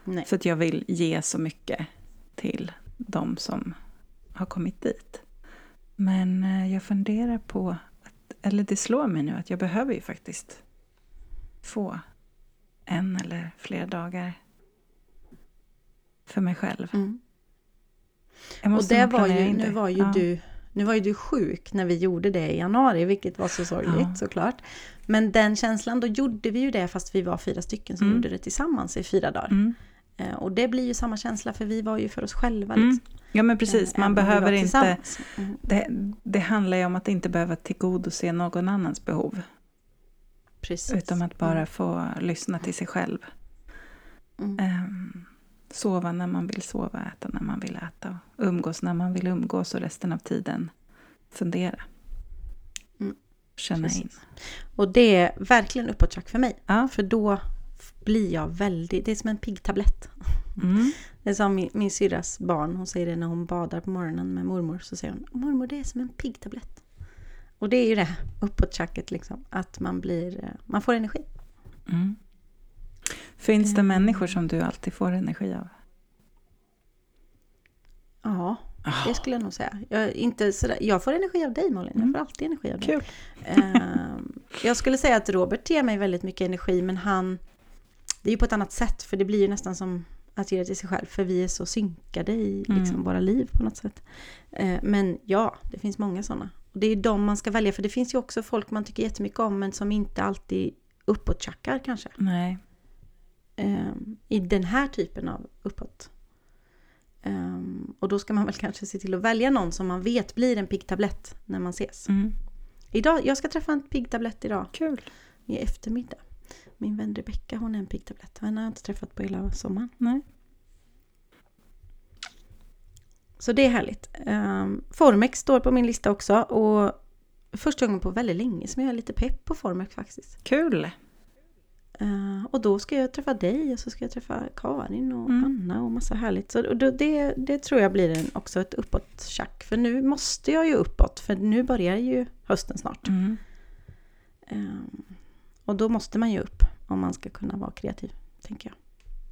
Nej. För att jag vill ge så mycket till de som har kommit dit. Men eh, jag funderar på, att, eller det slår mig nu att jag behöver ju faktiskt få en eller flera dagar för mig själv. Mm. Jag Och det var ju, in nu det. var ju ja. du nu var ju du sjuk när vi gjorde det i januari, vilket var så sorgligt Ja. såklart. Men den känslan, då gjorde vi ju det fast vi var fyra stycken som Mm. gjorde det tillsammans i fyra dagar. Mm. Eh, och det blir ju samma känsla för vi var ju för oss själva. Mm. Liksom. Ja men precis, Eh, man även om vi var behöver inte, tillsammans. Mm. det, det handlar ju om att inte behöva tillgodose någon annans behov. Precis. Utan att bara Mm. få lyssna till sig själv. Mm. Um, sova när man vill sova, äta när man vill äta. Umgås när man vill umgås och resten av tiden fundera. Mm. Känna Precis. in. Och det är verkligen uppåttrack för mig. Ja. För då blir jag väldigt, det är som en piggtablett. Mm. Det är som min, min syrras barn, hon säger det när hon badar på morgonen med mormor. Så säger hon, mormor det är som en piggtablett. Och det är ju det, uppåttracket liksom. Att man blir, man får energi. Mm. Finns det Mm. människor som du alltid får energi av? Ja, Oh. det skulle jag nog säga. Jag, inte sådär, jag får energi av dig Malin, Mm. jag får alltid energi av dig. Kul. Uh, jag skulle säga att Robert ger mig väldigt mycket energi, men han, det är ju på ett annat sätt, för det blir ju nästan som att ge det till sig själv, för vi är så synkade i Mm. liksom, våra liv på något sätt. Uh, men ja, det finns många sådana. Och det är de man ska välja, för det finns ju också folk man tycker jättemycket om, men som inte alltid uppåtchackar kanske. Nej. Uh, I den här typen av uppåt. Um, och då ska man väl kanske se till att välja någon som man vet blir en piggtablett när man ses. Mm. Idag, jag ska träffa en piggtablett idag. Kul. I eftermiddag. Min vän Rebecca, hon är en piggtablett. Henne har jag inte träffat på hela sommaren. Nej. Så det är härligt. Um, Formex står på min lista också. Och första gången på väldigt länge som jag är lite pepp på Formex faktiskt. Kul. Uh, och då ska jag träffa dig och så ska jag träffa Karin och Mm. Anna och massa härligt. Så då, det, det tror jag blir en, också ett uppåt-tjack. För nu måste jag ju uppåt. För nu börjar ju hösten snart. Mm. Um, och då måste man ju upp om man ska kunna vara kreativ, tänker jag.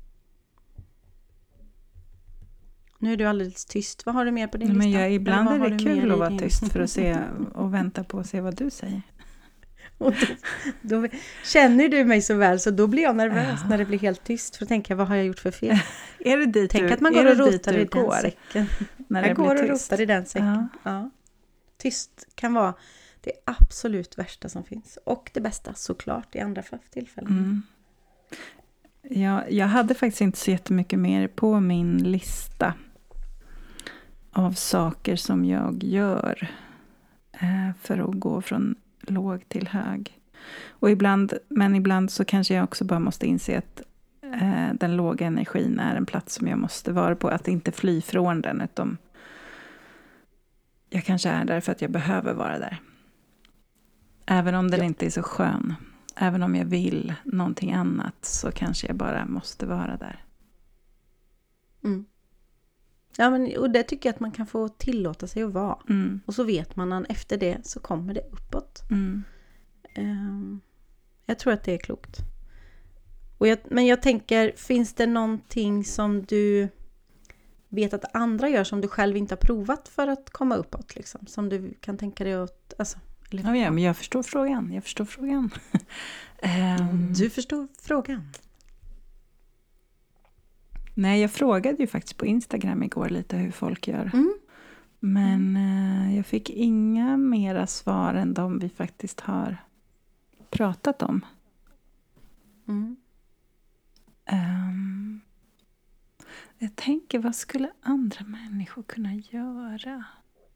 Nu är du alldeles tyst. Vad har du mer på din Men lista? jag, ibland Eller vad är har det du mer kul i att vara din- tyst för att se och vänta på att se vad du säger. Och då, då känner du mig så väl, så då blir jag nervös Ja. när det blir helt tyst. För att tänka, vad har jag gjort för fel? Är det dit Tänk du, att man är går och det dit rotar du i den går säcken. när det Jag blir går och tyst? rotar i den säcken. Ja. Ja. Tyst kan vara det absolut värsta som finns. Och det bästa såklart i andra tillfällen. Mm. Ja, jag hade faktiskt inte så jättemycket mer på min lista av saker som jag gör eh, för att gå från låg till hög. Och ibland, men ibland så kanske jag också bara måste inse att eh, den låga energin är en plats som jag måste vara på. Att inte fly från den, utan jag kanske är där för att jag behöver vara där. Även om den Ja. inte är så skön. Även om jag vill någonting annat så kanske jag bara måste vara där. Mm. Ja, men, och det tycker jag att man kan få tillåta sig att vara. Mm. Och så vet man att efter det så kommer det uppåt. Mm. Um, jag tror att det är klokt. Och jag, men jag tänker, finns det någonting som du vet att andra gör som du själv inte har provat för att komma uppåt? Liksom, som du kan tänka dig att... Alltså, eller, Ja, ja, men jag förstår frågan. Jag förstår frågan. um, Du förstår frågan. Nej, jag frågade ju faktiskt på Instagram igår lite hur folk gör. Mm. Men uh, jag fick inga mera svar än de vi faktiskt har pratat om. Mm. Um, jag tänker, vad skulle andra människor kunna göra?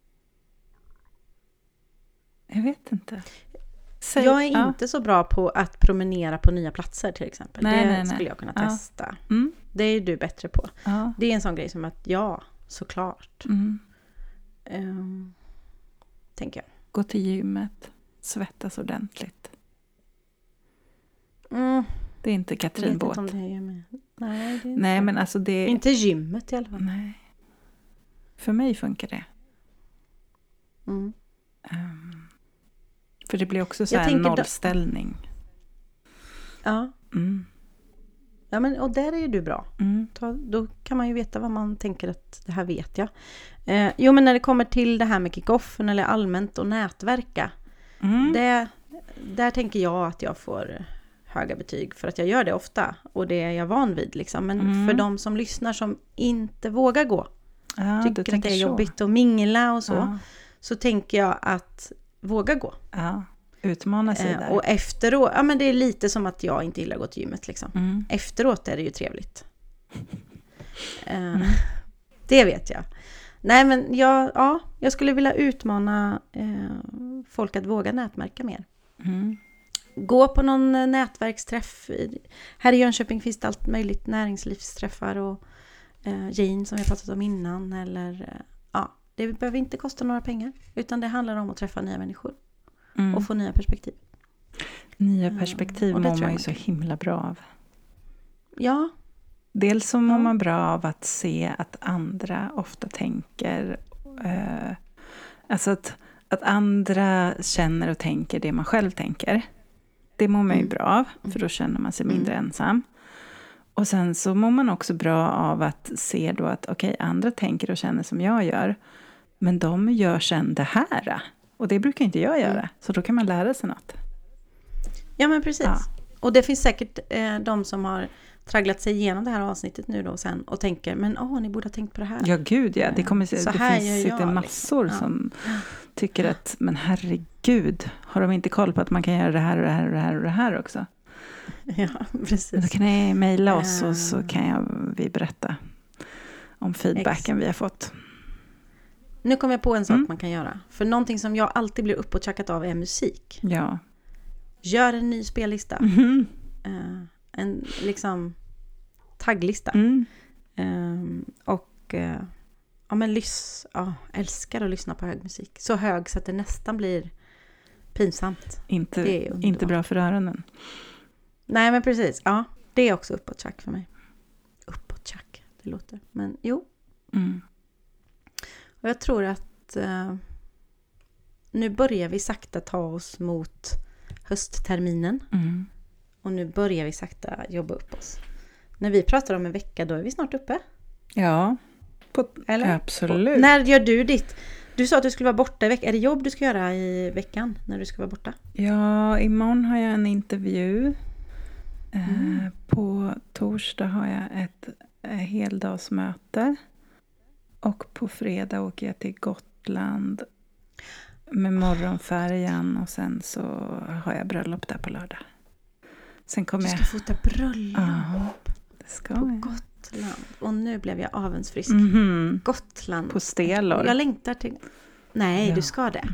Jag vet inte. Säg, Jag är ja. inte så bra på att promenera på nya platser till exempel. Nej, det nej, nej. skulle jag kunna Ja. testa. Mm, Det är du bättre på. ja. Det är en sån grej som att ja, såklart. Mm. Um, tänker jag. Gå till gymmet. Svettas ordentligt. Mm, Det är inte jag Katrin vet Båt. inte om det är med. Nej, det är inte. Nej, men alltså det... Inte gymmet i alla fall. Nej. För mig funkar det. Mm. Um, för det blir också så Jag här en tänker då- nollställning. Ja, Mm. Ja, men, och där är ju du bra. Mm. Ta, då kan man ju veta vad man tänker att det här vet jag. Eh, jo, men när det kommer till det här med kick-offen eller allmänt och nätverka. Mm. Det, där tänker jag att jag får höga betyg för att jag gör det ofta. Och det är jag van vid liksom. Men Mm. för de som lyssnar som inte vågar gå. Ja, tycker att det är så. jobbigt att mingla och så. Ja. Så tänker jag att våga gå. Ja, utmana sig Eh, där. och efteråt, ja men det är lite som att jag inte gillar att gå till gymmet liksom. Mm. Efteråt är det ju trevligt. Eh, Mm. Det vet jag. Nej men jag, ja, jag skulle vilja utmana eh, folk att våga nätverka mer. Mm. Gå på någon nätverksträff. Här i Jönköping finns det allt möjligt näringslivsträffar och eh, Jane som vi pratat om innan. Eller, eh, ja, det behöver inte kosta några pengar. Utan det handlar om att träffa nya människor. Mm. Och få nya perspektiv. Nya perspektiv och det mår tror jag man ju man så kan. himla bra av. Ja, Dels så mår Ja. man bra av att se att andra ofta tänker, eh, alltså att, att andra känner och tänker det man själv tänker. Det mår man ju Mm. bra av, för då känner man sig mindre Mm. ensam. Och sen så mår man också bra av att se då att okej, andra tänker och känner som jag gör. Men de gör sen det här. Och det brukar inte jag göra. Mm. Så då kan man lära sig något. ja men precis. Ja. Och det finns säkert eh, de som har tragglat sig igenom det här avsnittet nu då sen och tänker, men åh, ni borde ha tänkt på det här. Ja, gud ja. Det, kommer, Så det här finns gör jag, sitter liksom. massor Ja. som tycker att, men herregud, har de inte koll på att man kan göra det här och det här och det här och det här också? Ja, precis. Men då kan ni mejla oss Eh. och så kan jag, vi berätta om feedbacken Exakt. vi har fått. Nu kommer jag på en sak Mm. man kan göra. För någonting som jag alltid blir uppåttjackat av är musik. Ja. Gör en ny spellista. Mm. Eh, en liksom tagglista. Mm. Eh, och eh, ja, men lys, ja, älskar att lyssna på hög musik. Så hög så att det nästan blir pinsamt. Inte, Det är underbart. inte bra för öronen. Nej men precis, ja. Det är också uppåttjack för mig. Uppåttjack, det låter. Men jo. Mm. Och jag tror att eh, nu börjar vi sakta ta oss mot höstterminen. Mm. Och nu börjar vi sakta jobba upp oss. När vi pratar om en vecka, då är vi snart uppe. Ja, på, Eller? absolut. Och när gör du ditt? Du sa att du skulle vara borta i veckan. Är det jobb du ska göra i veckan när du ska vara borta? Ja, imorgon har jag en intervju. Mm. Eh, på torsdag har jag ett eh, heldagsmöte. Och på fredag åker jag till Gotland med morgonfärjan. Och sen så har jag bröllop där på lördag. Sen kommer Du jag... ska fota bröllop Ja, det ska på jag. Gotland. Och nu blev jag avundsfrisk. Mhm. Gotland. På Stelor. Jag längtar till... Nej, Ja. du ska det.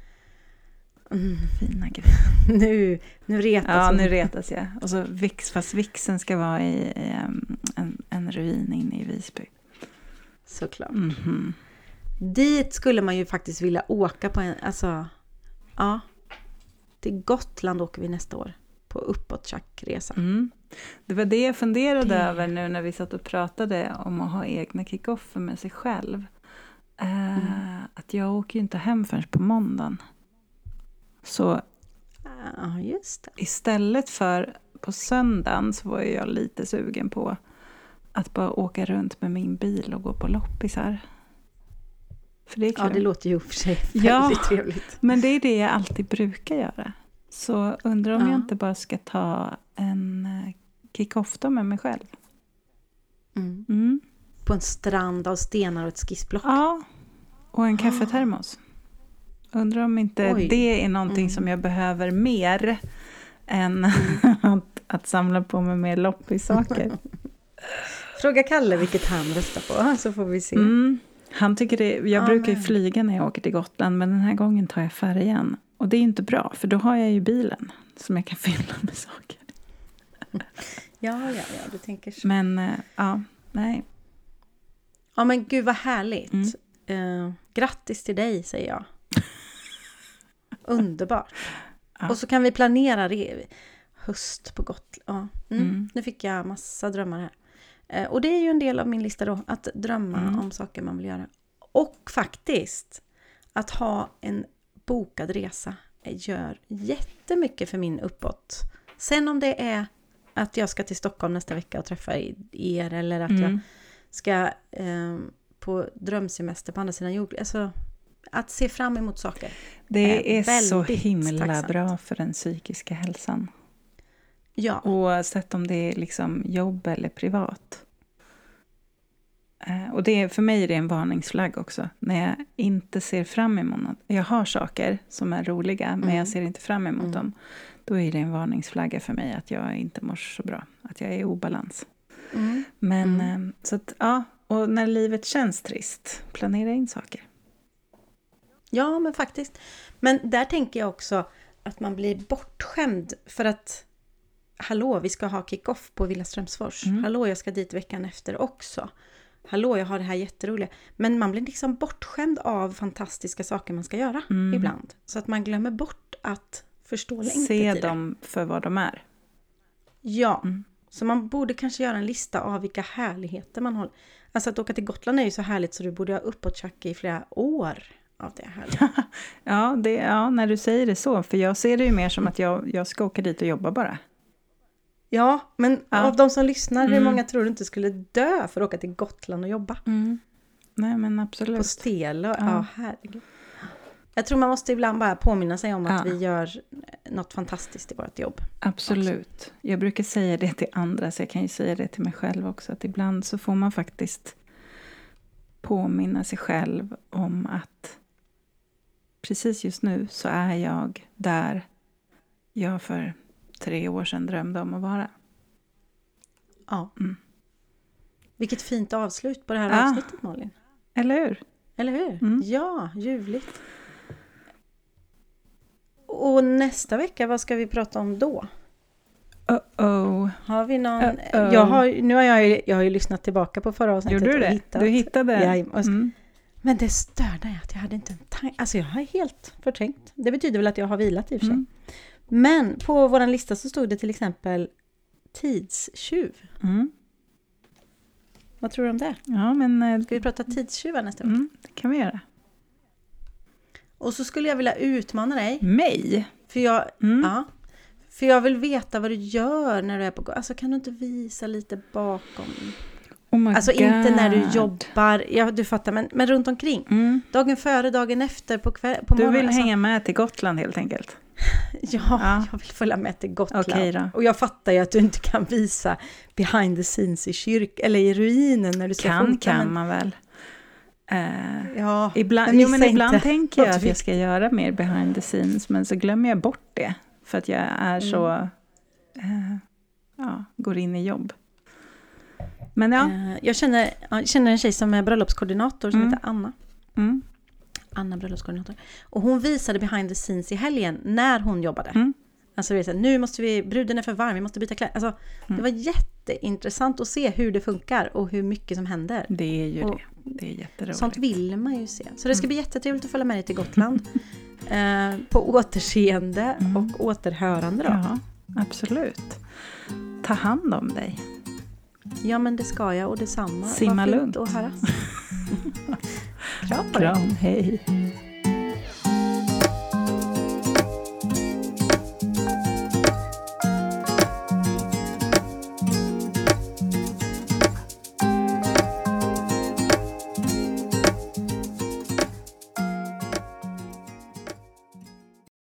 Mm. Fina grejer. Nu, nu retas Ja, hon. nu retas jag. Och så Vix, fast Vixen ska vara i, i um, en, en ruin inne i Visby. Såklart. Mhm. Dit skulle man ju faktiskt vilja åka på en... Alltså, ja. Till Gotland åker vi nästa år. På uppåt-tjackresa. Mm. Det var det jag funderade Det- över nu när vi satt och pratade om att ha egna kick-offer med sig själv. Eh, Mm. Att jag åker ju inte hem förrän på måndagen. Så Ja, just det. istället för på söndagen så var ju jag lite sugen på att bara åka runt med min bil och gå på loppisar. För det är kul. Ja, det låter ju för sig väldigt Ja. trevligt. Men det är det jag alltid brukar göra. Så undrar om Ja. jag inte bara ska ta en eh, kick-off då med mig själv. Mm. Mm. På en strand av stenar och ett skissblock. Ja, och en kaffetermos. Undrar om inte Oj. det är någonting Mm. som jag behöver mer än att, att samla på mig mer loppissaker. Fråga Kalle vilket han röstar på, så får vi se. Mm. Han tycker det, jag Ja, brukar ju men. flyga när jag åker till Gotland, men den här gången tar jag färjan. Och det är inte bra, för då har jag ju bilen som jag kan fylla med saker. Ja, ja, ja, du tänker så. Men eh, ja, nej. Ja, men gud vad härligt. Mm. Eh, grattis till dig, säger jag. Underbart. Ja. Och så kan vi planera re- höst på Gotland. Ja. Mm. Mm. Nu fick jag massa drömmar här. Eh, och det är ju en del av min lista då, att drömma Mm. om saker man vill göra. Och faktiskt, att ha en bokad resa gör jättemycket för min uppåt. Sen om det är att jag ska till Stockholm nästa vecka och träffa er, eller att Mm. jag ska eh, på drömsemester på andra sidan jord. Alltså, att se fram emot saker. Det är, är så väldigt himla tacksamt. bra för den psykiska hälsan. Ja. Oavsett om det är liksom jobb eller privat. Eh, och det är, för mig är det en varningsflagg också. När jag inte ser fram emot något. Jag har saker som är roliga, men Mm. jag ser inte fram emot Mm. dem. Då är det en varningsflagga för mig att jag inte mår så bra. Att jag är i obalans. Mm. Men Mm. eh, så att, ja. Och när livet känns trist, planera in saker. Ja, men faktiskt. Men där tänker jag också att man blir bortskämd för att hallå, vi ska ha kick-off på Villa Strömsfors. Mm. Hallå, jag ska dit veckan efter också. Hallå, jag har det här jätteroliga. Men man blir liksom bortskämd av fantastiska saker man ska göra Mm. ibland. Så att man glömmer bort att förstå längtan Se i det. dem för vad de är. Ja, Mm. så man borde kanske göra en lista av vilka härligheter man håller. Alltså att åka till Gotland är ju så härligt så du borde ha uppåt tjacka i flera år av det här. Ja, det, ja, när du säger det så. För jag ser det ju mer som att jag, jag ska åka dit och jobba bara. Ja, men Ja. av de som lyssnar, hur Mm. många tror du inte skulle dö för att åka till Gotland och jobba? Mm. Nej, men absolut. På Stela. Ja, Ja. ja herregud. Jag tror man måste ibland bara påminna sig om att Ja. vi gör något fantastiskt i vårt jobb. Absolut. Jag brukar säga det till andra, så jag kan ju säga det till mig själv också. Att ibland så får man faktiskt påminna sig själv om att precis just nu så är jag där jag för tre år sedan drömde om att vara. Ja. Mm. Vilket fint avslut på det här Ja. avsnittet, Malin. Eller hur? Eller hur? Mm. Ja, ljuvligt. Och nästa vecka, vad ska vi prata om då? Uh-oh. Har vi någon... Uh-oh. Jag har, nu har jag, ju- jag har ju lyssnat tillbaka på förra avsnittet. Gjorde du och det? hittat- Du hittade? Ja, och- Mm. Men det störde är att jag hade inte en tanke. Alltså jag har helt förträngt. Det betyder väl att jag har vilat i och för sig. Mm. Men på vår lista så stod det till exempel tidstjuv. Mm. Vad tror du om det? Ja, men eh, Ska vi prata tidstjuvar nästa vecka? mm, det kan vi göra. Och så skulle jag vilja utmana dig. Mig? För jag, Mm. ja, för jag vill veta vad du gör när du är på... Alltså kan du inte visa lite bakom? Oh my Alltså inte när du God. jobbar. Ja, du fattar. Men, men runt omkring. Mm. Dagen före, dagen efter, på, kväll, på Du morgonen. vill alltså, hänga med till Gotland helt enkelt? Ja, Ja. jag vill följa med till Gotland. Okej då. Och jag fattar ju att du inte kan visa behind the scenes i kyrk eller i ruinen när du ska Kan, fota, kan men- man väl. Eh, Ja, ibland, men jo, men missa ibland inte tänker jag något att jag ska göra mer behind the scenes, men så glömmer jag bort det. För att jag är så... Eh, ja, går in i jobb. Men ja. Eh, Jag känner, jag känner en tjej som är bröllopskoordinator som Mm. heter Anna. Mm, Anna bröllopskoordinator. Och hon visade behind the scenes i helgen när hon jobbade. Mm. Alltså det är så här, nu måste vi, bruden är för varm, vi måste byta kläder. Alltså, Mm. det var jätteintressant att se hur det funkar och hur mycket som händer. det är ju Och det. Det är jätteroligt. Sånt vill man ju se. Så det ska bli jättetrevligt att följa med dig till Gotland. eh, på återseende Mm. och återhörande då. Ja, absolut. Ta hand om dig. Ja, men det ska jag och detsamma. Simma Vad fint lugnt. att höras. Kram på dig. Kram, hej.